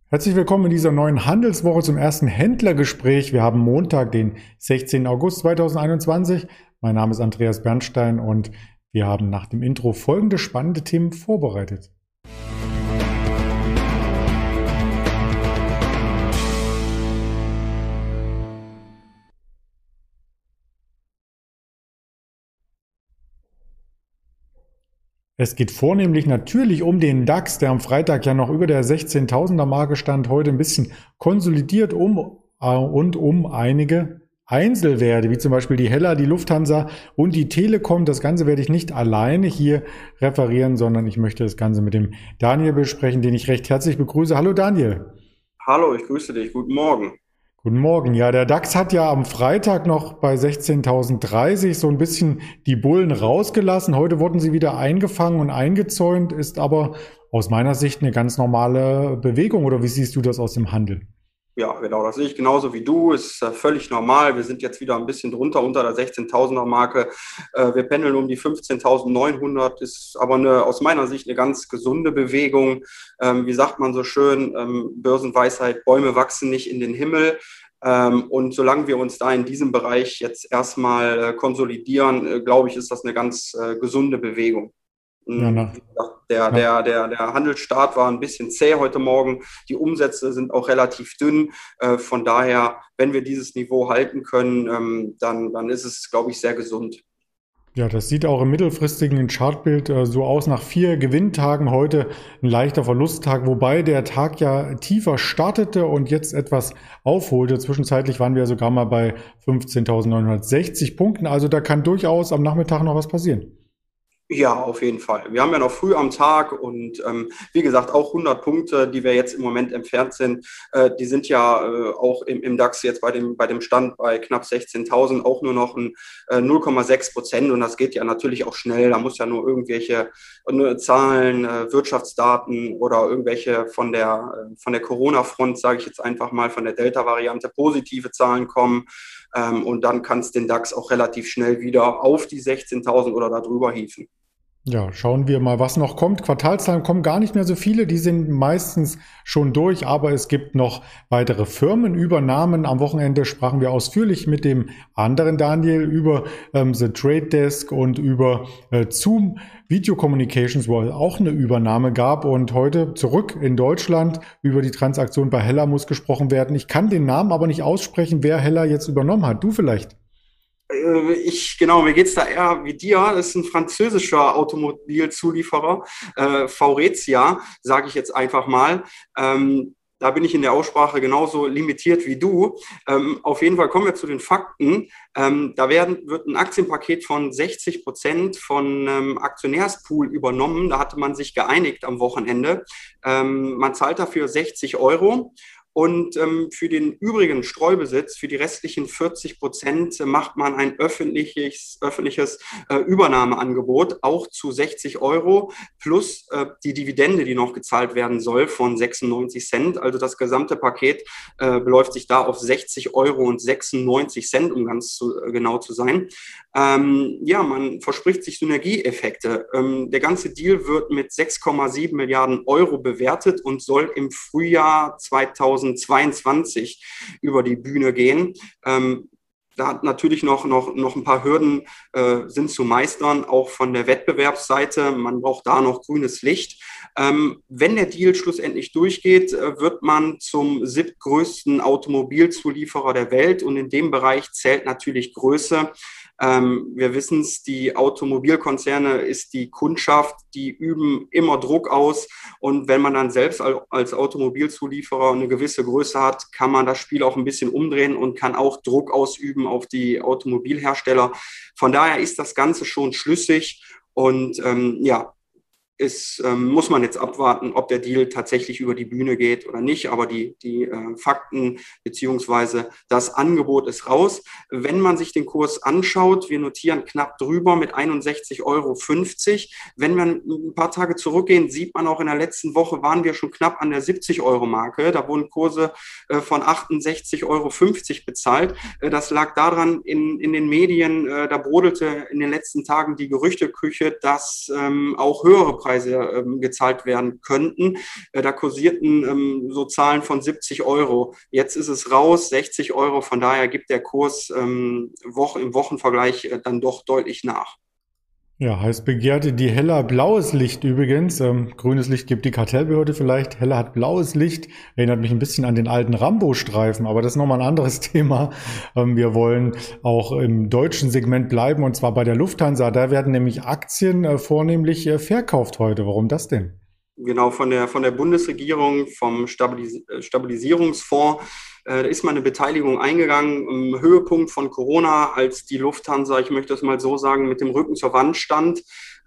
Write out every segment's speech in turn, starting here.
Herzlich willkommen in dieser neuen Handelswoche zum ersten Händlergespräch. Wir haben Montag, den 16. August 2021. Mein Name ist Andreas Bernstein und wir haben nach dem Intro folgende spannende Themen vorbereitet. Es geht vornehmlich natürlich um den DAX, der am Freitag ja noch über der 16.000er Marke stand, heute ein bisschen konsolidiert und um einige Einzelwerte, wie zum Beispiel die Hella, die Lufthansa und die Telekom. Das Ganze werde ich nicht alleine hier referieren, sondern ich möchte das Ganze mit dem Daniel besprechen, den ich recht herzlich begrüße. Hallo Daniel. Hallo, ich grüße dich. Guten Morgen. Guten Morgen. Ja, der DAX hat ja am Freitag noch bei 16.030 so ein bisschen die Bullen rausgelassen. Heute wurden sie wieder eingefangen und eingezäunt, ist aber aus meiner Sicht eine ganz normale Bewegung. Oder wie siehst du das aus dem Handel? Ja, genau, das sehe ich genauso wie du. Ist völlig normal. Wir sind jetzt wieder ein bisschen drunter, unter der 16.000er Marke. Wir pendeln um die 15.900, ist aber aus meiner Sicht eine ganz gesunde Bewegung. Wie sagt man so schön, Börsenweisheit, Bäume wachsen nicht in den Himmel. Und solange wir uns da in diesem Bereich jetzt erstmal konsolidieren, glaube ich, ist das eine ganz gesunde Bewegung. Ja, Wie gesagt, der, na, der, der, der Handelsstart war ein bisschen zäh heute Morgen. Die Umsätze sind auch relativ dünn. Von daher, wenn wir dieses Niveau halten können, dann ist es, glaube ich, sehr gesund. ja, das sieht auch im mittelfristigen Chartbild so aus. Nach 4 Gewinntagen heute ein leichter Verlusttag, wobei der Tag ja tiefer startete und jetzt etwas aufholte. Zwischenzeitlich waren wir sogar mal bei 15.960 Punkten. Also da kann durchaus am Nachmittag noch was passieren. Ja, auf jeden Fall. Wir haben ja noch früh am Tag und wie gesagt, auch 100 Punkte, die wir jetzt im Moment entfernt sind, die sind ja auch im DAX jetzt bei dem Stand bei knapp 16.000 auch nur noch ein 0,6% und das geht ja natürlich auch schnell. Da muss ja nur irgendwelche Zahlen, Wirtschaftsdaten oder irgendwelche von der Corona-Front, sage ich jetzt einfach mal, von der Delta-Variante positive Zahlen kommen. Und dann kann es den DAX auch relativ schnell wieder auf die 16.000 oder darüber hieven. Ja, schauen wir mal, was noch kommt. Quartalszahlen kommen gar nicht mehr so viele, die sind meistens schon durch, aber es gibt noch weitere Firmenübernahmen. Am Wochenende sprachen wir ausführlich mit dem anderen Daniel über The Trade Desk und über Zoom Video Communications, wo es auch eine Übernahme gab. Und heute zurück in Deutschland über die Transaktion bei Hella muss gesprochen werden. Ich kann den Namen aber nicht aussprechen, wer Hella jetzt übernommen hat. Du vielleicht? Genau, mir geht's da eher wie dir. Das ist ein französischer Automobilzulieferer, Faurecia, sage ich jetzt einfach mal. Da bin ich in der Aussprache genauso limitiert wie du. Auf jeden Fall kommen wir zu den Fakten. Wird ein Aktienpaket von 60% von Aktionärspool übernommen. Da hatte man sich geeinigt am Wochenende. Man zahlt dafür 60 Euro. Und für den übrigen Streubesitz, für die restlichen 40%, macht man ein öffentliches Übernahmeangebot, auch zu 60 Euro, plus die Dividende, die noch gezahlt werden soll, von 96 Cent. Also das gesamte Paket beläuft sich da auf 60 Euro und 96 Cent, um genau zu sein. Ja, man verspricht sich Synergieeffekte. Der ganze Deal wird mit 6,7 Milliarden Euro bewertet und soll im Frühjahr 2022 über die Bühne gehen. Da hat natürlich noch ein paar Hürden sind zu meistern, auch von der Wettbewerbsseite. Man braucht da noch grünes Licht. Wenn der Deal schlussendlich durchgeht, wird man zum siebtgrößten Automobilzulieferer der Welt und in dem Bereich zählt natürlich Größe. Wir wissen es, die Automobilkonzerne ist die Kundschaft, die üben immer Druck aus und wenn man dann selbst als Automobilzulieferer eine gewisse Größe hat, kann man das Spiel auch ein bisschen umdrehen und kann auch Druck ausüben auf die Automobilhersteller. Von daher ist das Ganze schon schlüssig und ja, muss man jetzt abwarten, ob der Deal tatsächlich über die Bühne geht oder nicht. Aber die Fakten beziehungsweise das Angebot ist raus. Wenn man sich den Kurs anschaut, wir notieren knapp drüber mit 61,50 Euro. Wenn wir ein paar Tage zurückgehen, sieht man auch in der letzten Woche waren wir schon knapp an der 70 Euro Marke. Da wurden Kurse von 68,50 Euro bezahlt. Das lag daran in den Medien, da brodelte in den letzten Tagen die Gerüchteküche, dass auch höhere Vorpreise gezahlt werden könnten. Da kursierten so Zahlen von 70 Euro. Jetzt ist es raus, 60 Euro. Von daher gibt der Kurs im Wochenvergleich dann doch deutlich nach. Ja, heiß begehrt die Hella blaues Licht übrigens. Grünes Licht gibt die Kartellbehörde vielleicht. Hella hat blaues Licht. Erinnert mich ein bisschen an den alten Rambo-Streifen, aber das ist nochmal ein anderes Thema. Wir wollen auch im deutschen Segment bleiben und zwar bei der Lufthansa. Da werden nämlich Aktien vornehmlich verkauft heute. Warum das denn? Genau, von der Bundesregierung, vom Stabilisierungsfonds, da ist mal eine Beteiligung eingegangen im Höhepunkt von Corona, als die Lufthansa, ich möchte das mal so sagen, mit dem Rücken zur Wand stand.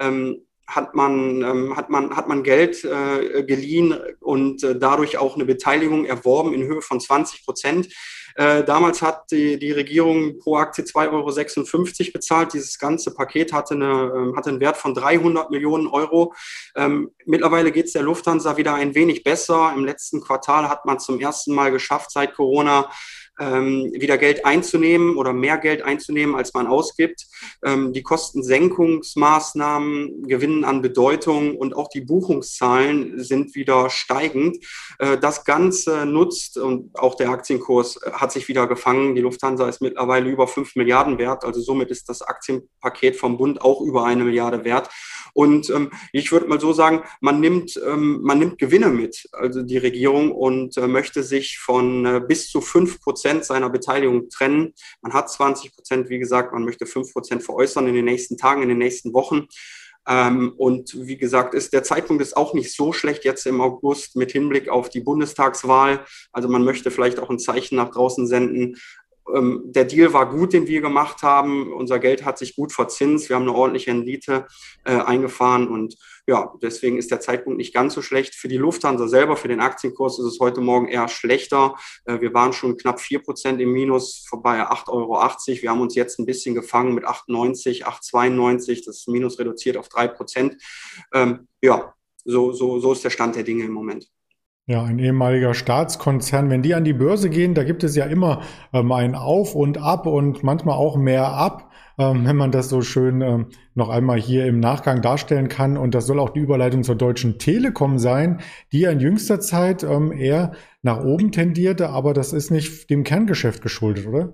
Hat man Geld geliehen und dadurch auch eine Beteiligung erworben in Höhe von 20%. Damals hat die Regierung pro Aktie 2,56 € bezahlt. Dieses ganze Paket hatte einen Wert von 300 Millionen Euro. Mittlerweile geht es der Lufthansa wieder ein wenig besser. Im letzten Quartal hat man zum ersten Mal geschafft, seit Corona wieder Geld einzunehmen oder mehr Geld einzunehmen, als man ausgibt. Die Kostensenkungsmaßnahmen gewinnen an Bedeutung und auch die Buchungszahlen sind wieder steigend. Das Ganze nutzt und auch der Aktienkurs hat sich wieder gefangen. Die Lufthansa ist mittlerweile über 5 Milliarden wert. Also somit ist das Aktienpaket vom Bund auch über 1 Milliarde wert. Und ich würde mal so sagen, man nimmt Gewinne mit, also die Regierung, und möchte sich von bis zu 5% seiner Beteiligung trennen. Man hat 20%, wie gesagt, man möchte 5% veräußern in den nächsten Tagen, in den nächsten Wochen. Und wie gesagt, der Zeitpunkt ist auch nicht so schlecht jetzt im August mit Hinblick auf die Bundestagswahl. Also man möchte vielleicht auch ein Zeichen nach draußen senden. Der Deal war gut, den wir gemacht haben. Unser Geld hat sich gut verzinst. Wir haben eine ordentliche Rendite eingefahren und ja, deswegen ist der Zeitpunkt nicht ganz so schlecht. Für die Lufthansa selber, für den Aktienkurs ist es heute Morgen eher schlechter. Wir waren schon knapp 4% im Minus, vorbei 8,80 €. Wir haben uns jetzt ein bisschen gefangen mit 8,90, 8,92. Das Minus reduziert auf 3%. Ja, so ist der Stand der Dinge im Moment. Ja, ein ehemaliger Staatskonzern, wenn die an die Börse gehen, da gibt es ja immer ein Auf und Ab und manchmal auch mehr Ab, wenn man das so schön noch einmal hier im Nachgang darstellen kann. Und das soll auch die Überleitung zur Deutschen Telekom sein, die ja in jüngster Zeit eher nach oben tendierte, aber das ist nicht dem Kerngeschäft geschuldet, oder?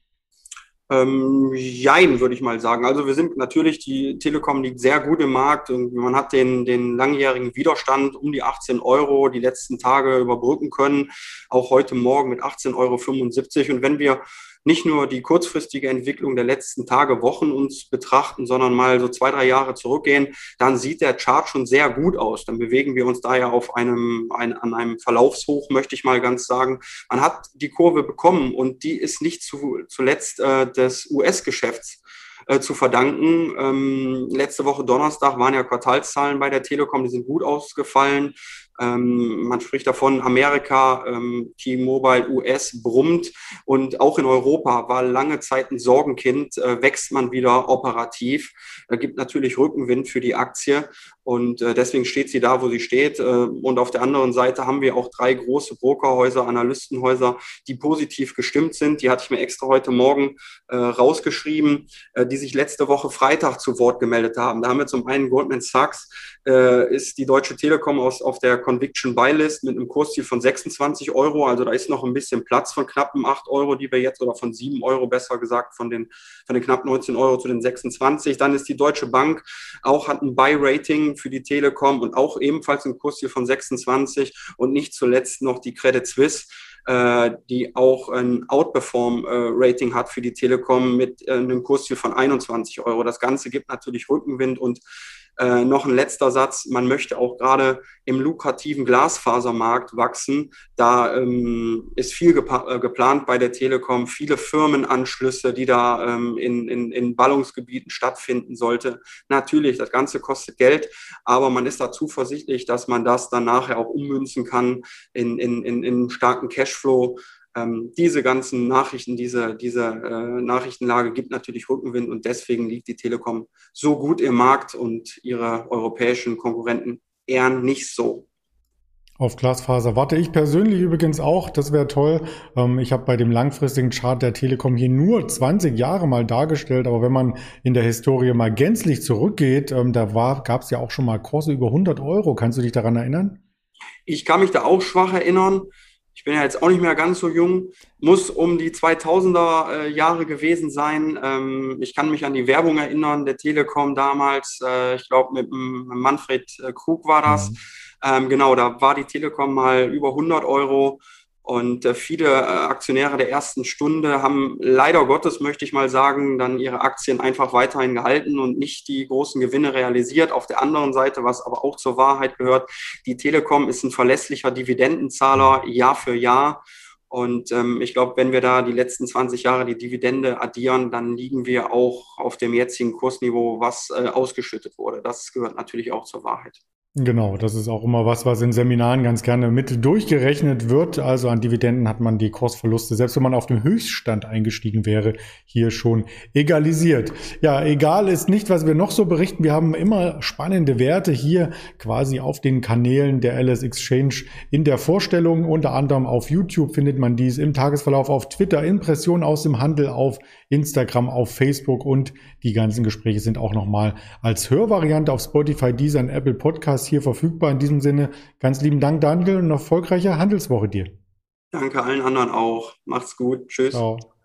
Jein, würde ich mal sagen. Also wir sind natürlich, die Telekom liegt sehr gut im Markt und man hat den langjährigen Widerstand um die 18 Euro die letzten Tage überbrücken können. Auch heute Morgen mit 18,75 €. Und wenn wir nicht nur die kurzfristige Entwicklung der letzten Tage, Wochen uns betrachten, sondern mal so 2, 3 Jahre zurückgehen, dann sieht der Chart schon sehr gut aus. Dann bewegen wir uns da ja auf an einem Verlaufshoch, möchte ich mal ganz sagen. Man hat die Kurve bekommen und die ist nicht zuletzt des US-Geschäfts zu verdanken. Letzte Woche Donnerstag waren ja Quartalszahlen bei der Telekom, die sind gut ausgefallen. Man spricht davon, Amerika, T-Mobile, US brummt und auch in Europa war lange Zeit ein Sorgenkind, wächst man wieder operativ, gibt natürlich Rückenwind für die Aktie und deswegen steht sie da, wo sie steht. Und auf der anderen Seite haben wir auch 3 große Brokerhäuser, Analystenhäuser, die positiv gestimmt sind. Die hatte ich mir extra heute Morgen rausgeschrieben, die sich letzte Woche Freitag zu Wort gemeldet haben. Da haben wir zum einen Goldman Sachs, ist die Deutsche Telekom auf der Conviction Buy List mit einem Kursziel von 26 €. Also da ist noch ein bisschen Platz von knappen 8 €, die wir jetzt, oder von 7 € besser gesagt, von den knapp 19 € zu den 26. Dann ist die Deutsche Bank hat ein Buy-Rating für die Telekom und auch ebenfalls ein Kursziel von 26 und nicht zuletzt noch die Credit Suisse, die auch ein Outperform-Rating hat für die Telekom mit einem Kursziel von 21 €. Das Ganze gibt natürlich Rückenwind und noch ein letzter Satz, man möchte auch gerade im lukrativen Glasfasermarkt wachsen. Da ist viel geplant bei der Telekom, viele Firmenanschlüsse, die da in Ballungsgebieten stattfinden sollte. Natürlich, das Ganze kostet Geld, aber man ist da zuversichtlich, dass man das dann nachher auch ummünzen kann in starken Cashflow. Diese ganzen Nachrichten, diese Nachrichtenlage gibt natürlich Rückenwind und deswegen liegt die Telekom so gut im Markt und ihre europäischen Konkurrenten eher nicht so. Auf Glasfaser warte ich persönlich übrigens auch, das wäre toll. Ich habe bei dem langfristigen Chart der Telekom hier nur 20 Jahre mal dargestellt, aber wenn man in der Historie mal gänzlich zurückgeht, gab es ja auch schon mal Kurse über 100 Euro. Kannst du dich daran erinnern? Ich kann mich da auch schwach erinnern. Ich bin ja jetzt auch nicht mehr ganz so jung, muss um die 2000er Jahre gewesen sein. Ich kann mich an die Werbung erinnern, der Telekom damals, ich glaube mit Manfred Krug war das. Mhm. Genau, da war die Telekom mal über 100 Euro. Und viele Aktionäre der ersten Stunde haben leider Gottes, möchte ich mal sagen, dann ihre Aktien einfach weiterhin gehalten und nicht die großen Gewinne realisiert. Auf der anderen Seite, was aber auch zur Wahrheit gehört, die Telekom ist ein verlässlicher Dividendenzahler Jahr für Jahr. Und ich glaube, wenn wir da die letzten 20 Jahre die Dividende addieren, dann liegen wir auch auf dem jetzigen Kursniveau, was ausgeschüttet wurde. Das gehört natürlich auch zur Wahrheit. Genau, das ist auch immer was in Seminaren ganz gerne mit durchgerechnet wird. Also an Dividenden hat man die Kursverluste, selbst wenn man auf dem Höchststand eingestiegen wäre, hier schon egalisiert. Ja, egal ist nicht, was wir noch so berichten. Wir haben immer spannende Werte hier quasi auf den Kanälen der LS Exchange in der Vorstellung. Unter anderem auf YouTube findet man dies, im Tagesverlauf auf Twitter, Impressionen aus dem Handel auf Instagram, auf Facebook, und die ganzen Gespräche sind auch nochmal als Hörvariante auf Spotify, Deezer und Apple Podcasts hier verfügbar. In diesem Sinne ganz lieben Dank, Daniel, und eine erfolgreiche Handelswoche dir. Danke allen anderen auch. Macht's gut. Tschüss. Ciao.